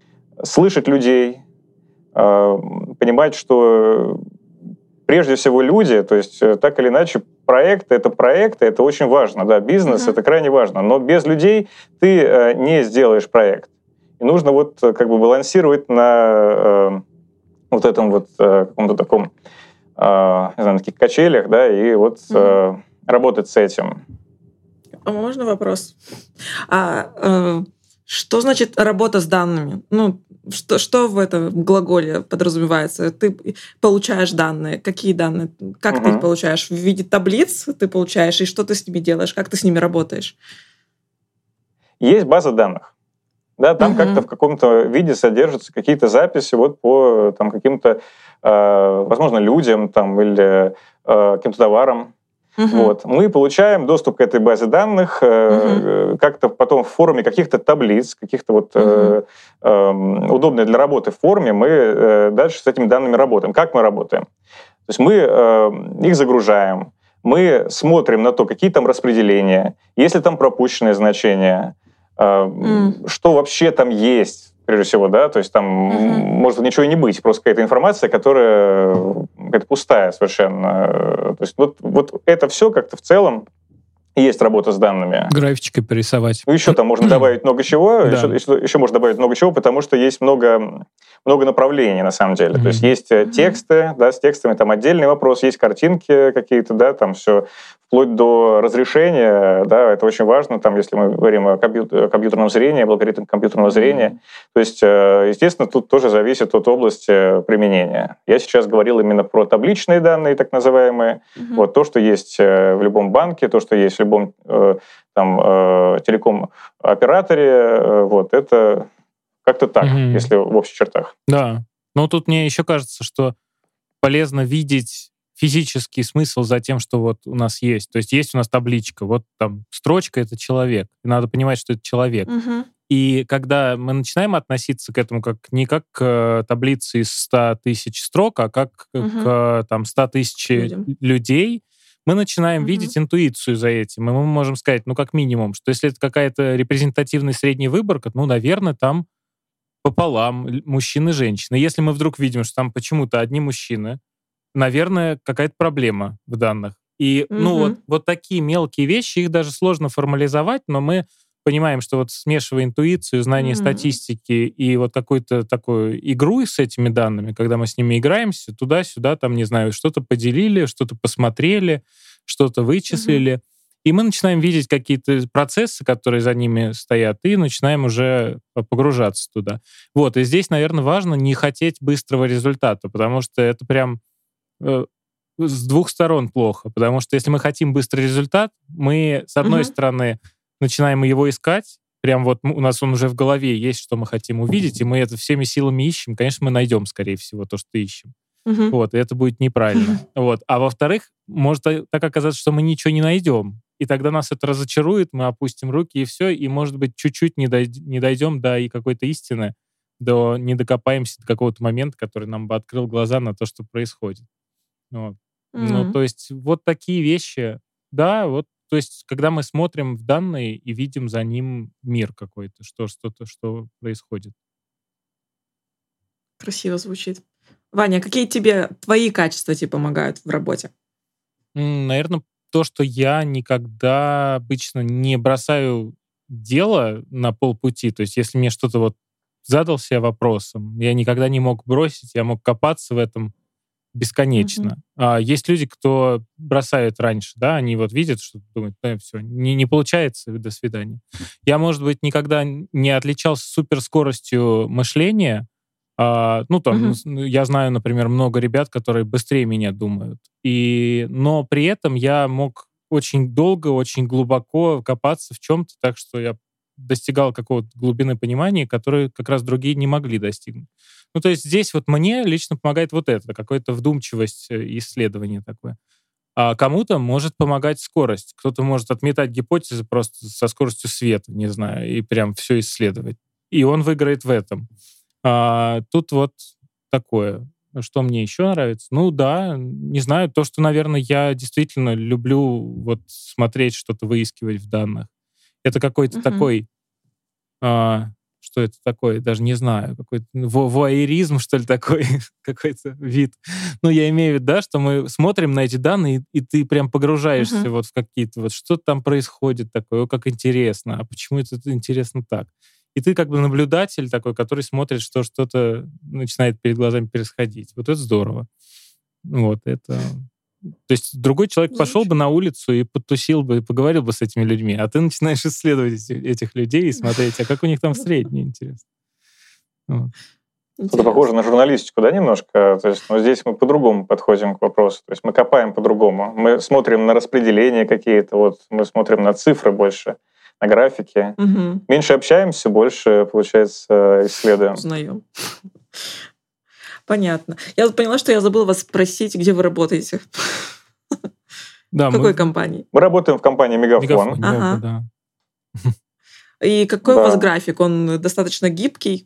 A: слышать людей, э, понимать, что прежде всего люди, то есть э, так или иначе проекты — это проекты, это очень важно, да, бизнес
C: Мгм.
A: — это крайне важно, но без людей ты э, не сделаешь проект. И нужно вот э, как бы балансировать на э, вот этом вот э, каком-то таком, э, не знаю, на таких качелях, да, и вот э, работать с этим.
C: А можно вопрос? А, э, что значит работа с данными? Ну, что, что в этом глаголе подразумевается? Ты получаешь данные. Какие данные? Как ты их
A: Мгм.
C: получаешь? В виде таблиц ты получаешь? И что ты с ними делаешь? Как ты с ними работаешь?
A: Есть база данных. Да, там
C: Мгм.
A: как-то в каком-то виде содержатся какие-то записи вот по там, каким-то, э, возможно, людям там, или э, каким-то товарам.
C: Мгм.
A: Вот. Мы получаем доступ к этой базе данных э, как-то потом в форме каких-то таблиц, каких-то вот э, э, удобной для работы в форме, мы э, дальше с этими данными работаем. Как мы работаем? То есть мы э, их загружаем, мы смотрим на то, какие там распределения, есть ли там пропущенные значения, э,
C: М.
A: что вообще там есть, прежде всего, да, то есть там
C: Мгм.
A: может ничего и не быть, просто какая-то информация, которая какая-то пустая совершенно. То есть вот, вот это все как-то в целом и есть работа с данными.
B: Графичкой порисовать.
A: Ну, еще там можно добавить много чего,
B: Да.
A: еще, еще, еще можно добавить много чего, потому что есть много, много направлений на самом деле.
B: Мгм.
A: То есть есть э,
C: Мгм.
A: тексты, да, с текстами там отдельный вопрос, есть картинки какие-то, да, там все вплоть до разрешения, да, это очень важно, там, если мы говорим о компью- о компьютерном зрении, об алгоритмах компьютерного зрения.
C: Мгм.
A: То есть, э, естественно, тут тоже зависит от области применения. Я сейчас говорил именно про табличные данные, так называемые,
C: Мгм.
A: вот то, что есть э, в любом банке, то, что есть в любом э, там, э, телеком-операторе, э, вот, это как-то так,
B: Мгм.
A: если в общих чертах.
B: Да. Но тут мне еще кажется, что полезно видеть физический смысл за тем, что вот у нас есть. То есть есть у нас табличка, вот там строчка — это человек. И надо понимать, что это человек.
C: Мгм.
B: И когда мы начинаем относиться к этому как не как к таблице из ста тысяч строк, а как угу. к там, ста тысяч людей, мы начинаем угу. видеть интуицию за этим. И мы можем сказать, ну, как минимум, что если это какая-то репрезентативная средняя выборка, ну, наверное, там пополам мужчины и женщины. Если мы вдруг видим, что там почему-то одни мужчины, наверное, какая-то проблема в данных. И угу. ну, вот, вот такие мелкие вещи, их даже сложно формализовать, но мы понимаем, что вот смешивая интуицию, знание mm-hmm. статистики и вот какую-то такую игру с этими данными, когда мы с ними играемся, туда-сюда, там, не знаю, что-то поделили, что-то посмотрели, что-то вычислили, mm-hmm. и мы начинаем видеть какие-то процессы, которые за ними стоят, и начинаем уже погружаться туда. Вот, и здесь, наверное, важно не хотеть быстрого результата, потому что это прям э, с двух сторон плохо, потому что если мы хотим быстрый результат, мы, с одной mm-hmm. стороны, начинаем его искать, прям вот у нас он уже в голове есть, что мы хотим увидеть, и мы это всеми силами ищем, конечно, мы найдем, скорее всего, то, что ищем. Uh-huh. Вот, и это будет неправильно. Uh-huh. Вот. А во-вторых, может так оказаться, что мы ничего не найдем, и тогда нас это разочарует, мы опустим руки, и все, и, может быть, чуть-чуть не, дойд... не дойдем до и какой-то истины, до... не докопаемся до какого-то момента, который нам бы открыл глаза на то, что происходит. Вот. Uh-huh. Ну, то есть вот такие вещи, да, вот. То есть, когда мы смотрим в данные и видим за ним мир какой-то, что что-то, что происходит.
C: Красиво звучит. Ваня, какие тебе твои качества тебе помогают в работе?
B: Наверное, то, что я никогда обычно не бросаю дело на полпути. То есть, если мне что-то вот задался я вопросом, я никогда не мог бросить, я мог копаться в этом бесконечно. Uh-huh. А есть люди, кто бросают раньше, да, они вот видят, что думают, ну, все, не, не получается, до свидания. Я, может быть, никогда не отличался суперскоростью мышления. А, ну, там, uh-huh. я знаю, например, много ребят, которые быстрее меня думают. И, но при этом я мог очень долго, очень глубоко копаться в чем-то, так что я достигал какого-то глубины понимания, которые как раз другие не могли достигнуть. Ну, то есть здесь вот мне лично помогает вот это, какая-то вдумчивость исследования такое. А кому-то может помогать скорость. Кто-то может отметать гипотезы просто со скоростью света, не знаю, и прям все исследовать. И он выиграет в этом. А тут вот такое. Что мне еще нравится? Ну да, не знаю, то, что, наверное, я действительно люблю вот смотреть, что-то выискивать в данных. Это какой-то uh-huh. такой, а, что это такое, даже не знаю, какой-то вуайеризм, что ли, такой, какой-то вид. Ну, я имею в виду, да, что мы смотрим на эти данные, и, и ты прям погружаешься uh-huh. вот в какие-то, вот что там происходит такое, о, как интересно, а почему это интересно так? И ты как бы наблюдатель такой, который смотрит, что что-то начинает перед глазами происходить. Вот это здорово. Вот это... То есть другой человек Звучит. пошел бы на улицу и потусил бы, и поговорил бы с этими людьми, а ты начинаешь исследовать этих людей и смотреть, а как у них там в среднем, интересно. Вот.
A: Это похоже на журналистику, да, немножко? То есть, но здесь мы по-другому подходим к вопросу. То есть мы копаем по-другому. Мы смотрим на распределения какие-то, вот мы смотрим на цифры больше, на графики.
C: Угу.
A: Меньше общаемся, больше, получается, исследуем.
C: Узнаем. Понятно. Я вот поняла, что я забыла вас спросить, где вы работаете.
B: Да,
C: в какой
B: мы...
C: компании?
A: Мы работаем в компании Мегафон.
B: Мегафон,
C: ага.
B: да.
C: И какой
A: да.
C: у вас график? Он достаточно гибкий?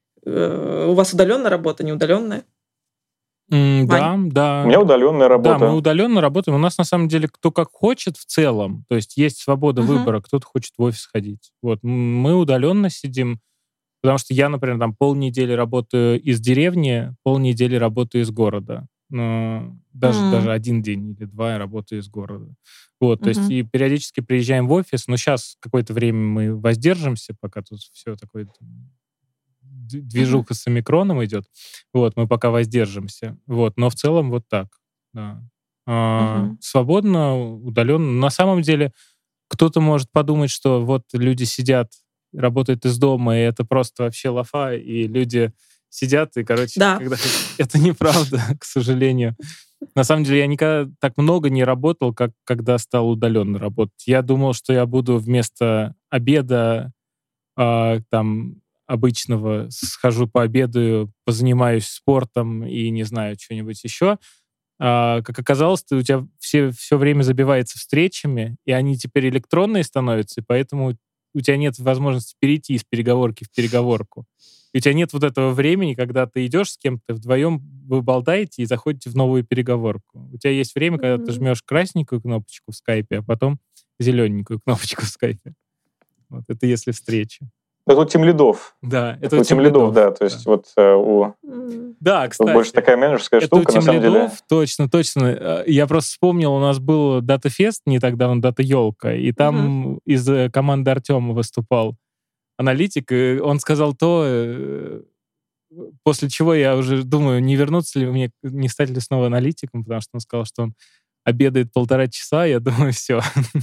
C: У вас удаленная работа, не удаленная?
B: Mm, да, да.
A: У меня удаленная работа.
B: Да, мы удаленно работаем. У нас, на самом деле, кто как хочет в целом. То есть есть свобода uh-huh. выбора, кто-то хочет в офис ходить. Вот. Мы удаленно сидим. Потому что я, например, там полнедели работаю из деревни, полнедели работаю из города. Но даже, mm. даже один день или два я работаю из города. Вот, mm-hmm. то есть и периодически приезжаем в офис, но сейчас какое-то время мы воздержимся, пока тут все такое движуха mm-hmm. с омикроном идет. Вот, мы пока воздержимся. Вот, но в целом вот так. Да. А, mm-hmm. Свободно, удаленно. На самом деле кто-то может подумать, что вот люди сидят, работают из дома, и это просто вообще лафа, и люди сидят, и, короче,
C: да.
B: когда... это неправда, к сожалению. На самом деле я никогда так много не работал, как когда стал удаленно работать. Я думал, что я буду вместо обеда э, там обычного схожу пообедаю, позанимаюсь спортом и не знаю, что-нибудь еще. А, как оказалось, у тебя все, все время забивается встречами, и они теперь электронные становятся, и поэтому у тебя нет возможности перейти из переговорки в переговорку. И у тебя нет вот этого времени, когда ты идешь с кем-то, вдвоем вы болтаете и заходите в новую переговорку. У тебя есть время, когда mm-hmm. ты жмешь красненькую кнопочку в скайпе, а потом зелененькую кнопочку в скайпе. Вот это если встреча.
A: Это у тимлидов.
B: Да, это,
A: это
B: у
A: тимлидов, тимлидов, да. То есть да. вот э, у...
B: Да, кстати.
A: Больше такая менеджерская
B: это
A: штука, на самом деле.
B: Точно, точно. Я просто вспомнил, у нас был DataFest не так давно, Дата-елка, и там uh-huh. из команды Артема выступал аналитик, и он сказал то, после чего я уже думаю, не вернуться ли мне, не стать ли снова аналитиком, потому что он сказал, что он обедает полтора часа, я думаю, все.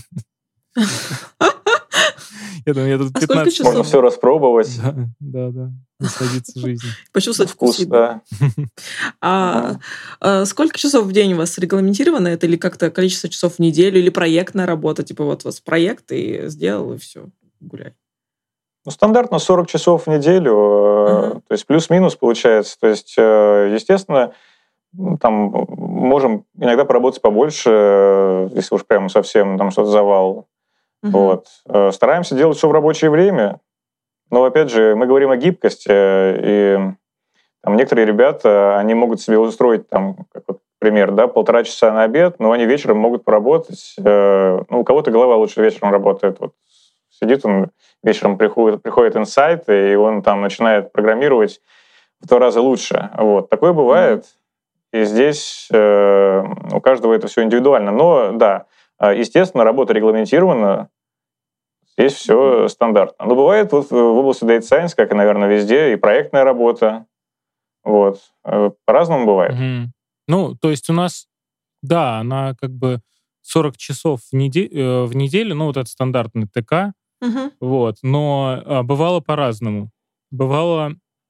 B: Я думаю, я тут пятнадцать
C: часов?
A: Можно все распробовать.
B: Да, да, да. Насладиться жизнью.
C: Почувствовать вкус.
A: Да.
C: А, а сколько часов в день у вас регламентировано это? Или как-то количество часов в неделю? Или проектная работа? Типа вот у вас проект, и сделал, и все, гуляй.
A: Ну, стандартно сорок часов в неделю. Uh-huh. То есть плюс-минус получается. То есть, естественно, там можем иногда поработать побольше, если уж прямо совсем там что-то завал. Uh-huh. Вот. Стараемся делать все в рабочее время. Но, опять же, мы говорим о гибкости, и там некоторые ребята, они могут себе устроить, там, как вот пример, да, полтора часа на обед, но они вечером могут поработать. Ну, у кого-то голова лучше вечером работает. Вот сидит он, вечером приходит, приходит инсайт, и он там начинает программировать в два раза лучше. Вот. Такое бывает. И здесь э, у каждого это все индивидуально. Но, да, естественно, работа регламентирована, здесь все стандартно. Но бывает вот в области Data Science, как и, наверное, везде, и проектная работа. Вот. По-разному бывает.
B: Mm-hmm. Ну, то есть у нас, да, она как бы сорок часов в, неде- в неделю, ну, вот это стандартный ТК, mm-hmm. вот, но а, бывало по-разному. Бывало...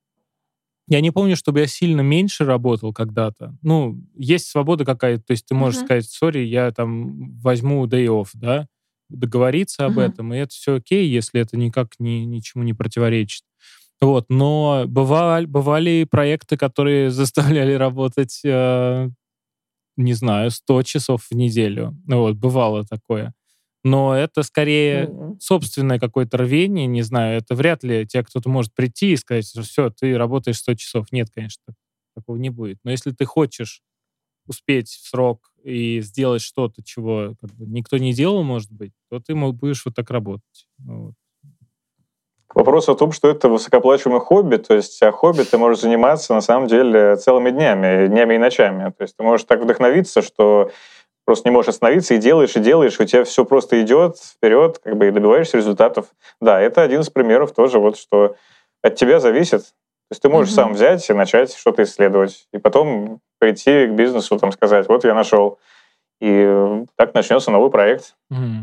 B: Я не помню, чтобы я сильно меньше работал когда-то. Ну, есть свобода какая-то, то есть ты можешь mm-hmm. сказать, сори, я там возьму day off, да, договориться об uh-huh. этом, и это все окей, если это никак ни, ничему не противоречит. Вот, но бывали, бывали проекты, которые заставляли работать, э, не знаю, сто часов в неделю. Вот, бывало такое. Но это скорее uh-huh. собственное какое-то рвение, не знаю, это вряд ли тебе кто-то может прийти и сказать, что все, ты работаешь сто часов. Нет, конечно, такого не будет. Но если ты хочешь успеть в срок и сделать что-то, чего как бы никто не делал, может быть, то ты будешь вот так работать. Вот.
A: Вопрос о том, что это высокооплачиваемое хобби, то есть а хобби ты можешь заниматься на самом деле целыми днями, днями и ночами. То есть ты можешь так вдохновиться, что просто не можешь остановиться и делаешь, и делаешь, и у тебя все просто идет вперед, как бы и добиваешься результатов. Да, это один из примеров тоже, вот, что от тебя зависит. То есть ты можешь mm-hmm. сам взять и начать что-то исследовать, и потом прийти к бизнесу, там, сказать, вот я нашел. И так начнется новый проект.
B: Mm-hmm.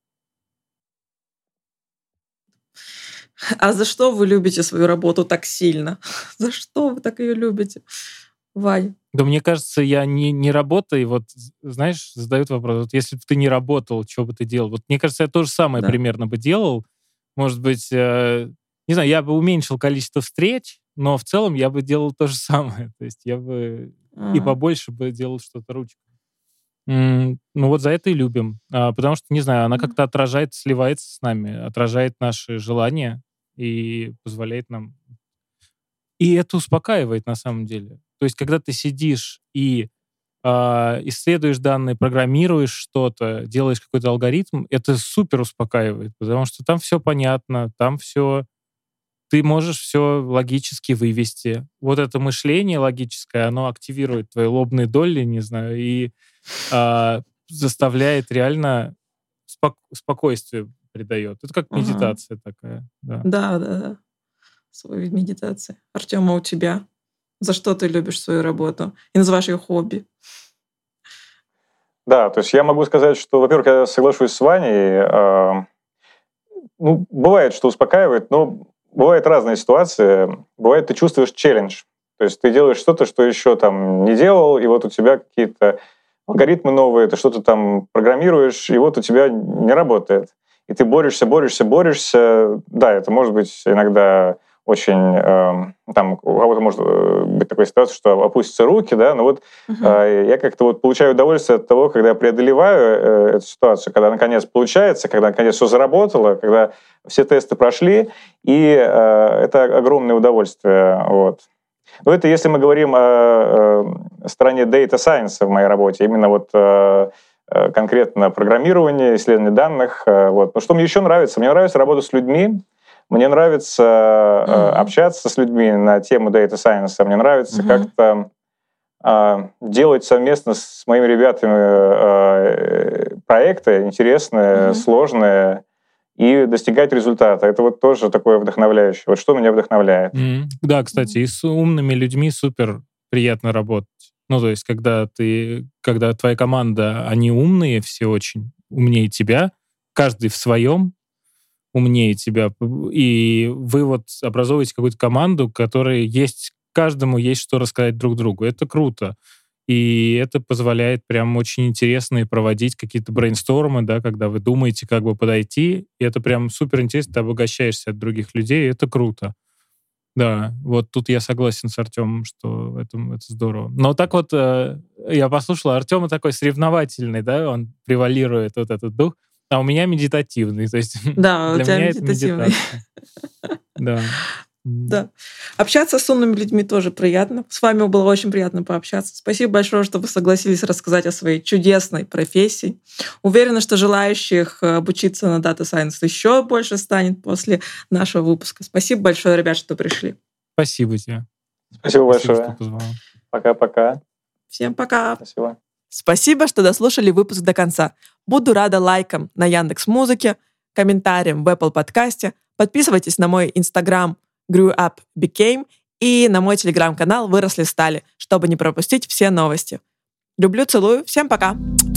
C: А за что вы любите свою работу так сильно? За что вы так ее любите, Вань?
B: Да мне кажется, я не, не работаю, вот, знаешь, задают вопрос, вот если бы ты не работал, что бы ты делал? Вот мне кажется, я то же самое да. примерно бы делал. Может быть, э, не знаю, я бы уменьшил количество встреч, но в целом я бы делал то же самое. То есть я бы mm. и побольше бы делал что-то ручкой. Mm, ну вот за это и любим. А, потому что, не знаю, она mm. как-то отражает, сливается с нами, отражает наши желания и позволяет нам... И это успокаивает на самом деле. То есть когда ты сидишь и э, исследуешь данные, программируешь что-то, делаешь какой-то алгоритм, это супер успокаивает, потому что там все понятно, там все... Ты можешь все логически вывести. Вот это мышление логическое, оно активирует твои лобные доли, не знаю, и э, заставляет реально спок- спокойствие придает. Это как медитация uh-huh. такая. Да,
C: да, да. да. Свой вид медитации. Артём, а у тебя? За что ты любишь свою работу? И называешь ее хобби?
A: Да, то есть я могу сказать, что, во-первых, я соглашусь с Ваней. Э, ну, бывает, что успокаивает, но бывают разные ситуации. Бывает, ты чувствуешь челлендж. То есть ты делаешь что-то, что еще там не делал, и вот у тебя какие-то алгоритмы новые, ты что-то там программируешь, и вот у тебя не работает. И ты борешься, борешься, борешься. Да, это может быть иногда очень... Э, там у кого-то может быть такая ситуация, что опустятся руки, да, но вот uh-huh. э, я как-то вот получаю удовольствие от того, когда я преодолеваю э, эту ситуацию, когда наконец получается, когда наконец все заработало, когда все тесты прошли, и э, это огромное удовольствие. Вот. Но это если мы говорим о, о стороне data science в моей работе, именно вот э, конкретно программирование, исследование данных. Э, вот. Но что мне еще нравится? Мне нравится работать с людьми, мне нравится mm-hmm. общаться с людьми на тему data science. Мне нравится mm-hmm. как-то э, делать совместно с моими ребятами э, проекты интересные, mm-hmm. сложные и достигать результата. Это вот тоже такое вдохновляющее. Вот что меня вдохновляет.
B: Mm-hmm. Да, кстати, и с умными людьми супер приятно работать. Ну, то есть, когда ты, когда твоя команда, они умные, все очень умнее тебя, каждый в своем, умнее тебя, и вы вот образовываете какую-то команду, которой есть, каждому есть что рассказать друг другу. Это круто. И это позволяет прям очень интересно проводить какие-то брейнстормы, да, когда вы думаете, как бы подойти, и это прям супер интересно, ты обогащаешься от других людей, и это круто. Да, вот тут я согласен с Артемом, что это, это здорово. Но так вот, э, я послушал, Артема такой соревновательный, да, он превалирует вот этот дух, а у меня медитативный, то есть
C: да,
B: для
C: у тебя
B: меня
C: медитативный.
B: Это медитация. Да.
C: Да. Общаться с умными людьми тоже приятно. С вами было очень приятно пообщаться. Спасибо большое, что вы согласились рассказать о своей чудесной профессии. Уверена, что желающих обучиться на Data Science еще больше станет после нашего выпуска. Спасибо большое, ребят, что пришли.
B: Спасибо тебе.
A: Спасибо, Спасибо большое. Пока-пока.
C: Всем пока.
A: Спасибо.
C: Спасибо, что дослушали выпуск до конца. Буду рада лайкам на Яндекс.Музыке, комментариям в Apple подкасте. Подписывайтесь на мой Instagram grew up became и на мой телеграм-канал «Выросли стали», чтобы не пропустить все новости. Люблю, целую. Всем пока!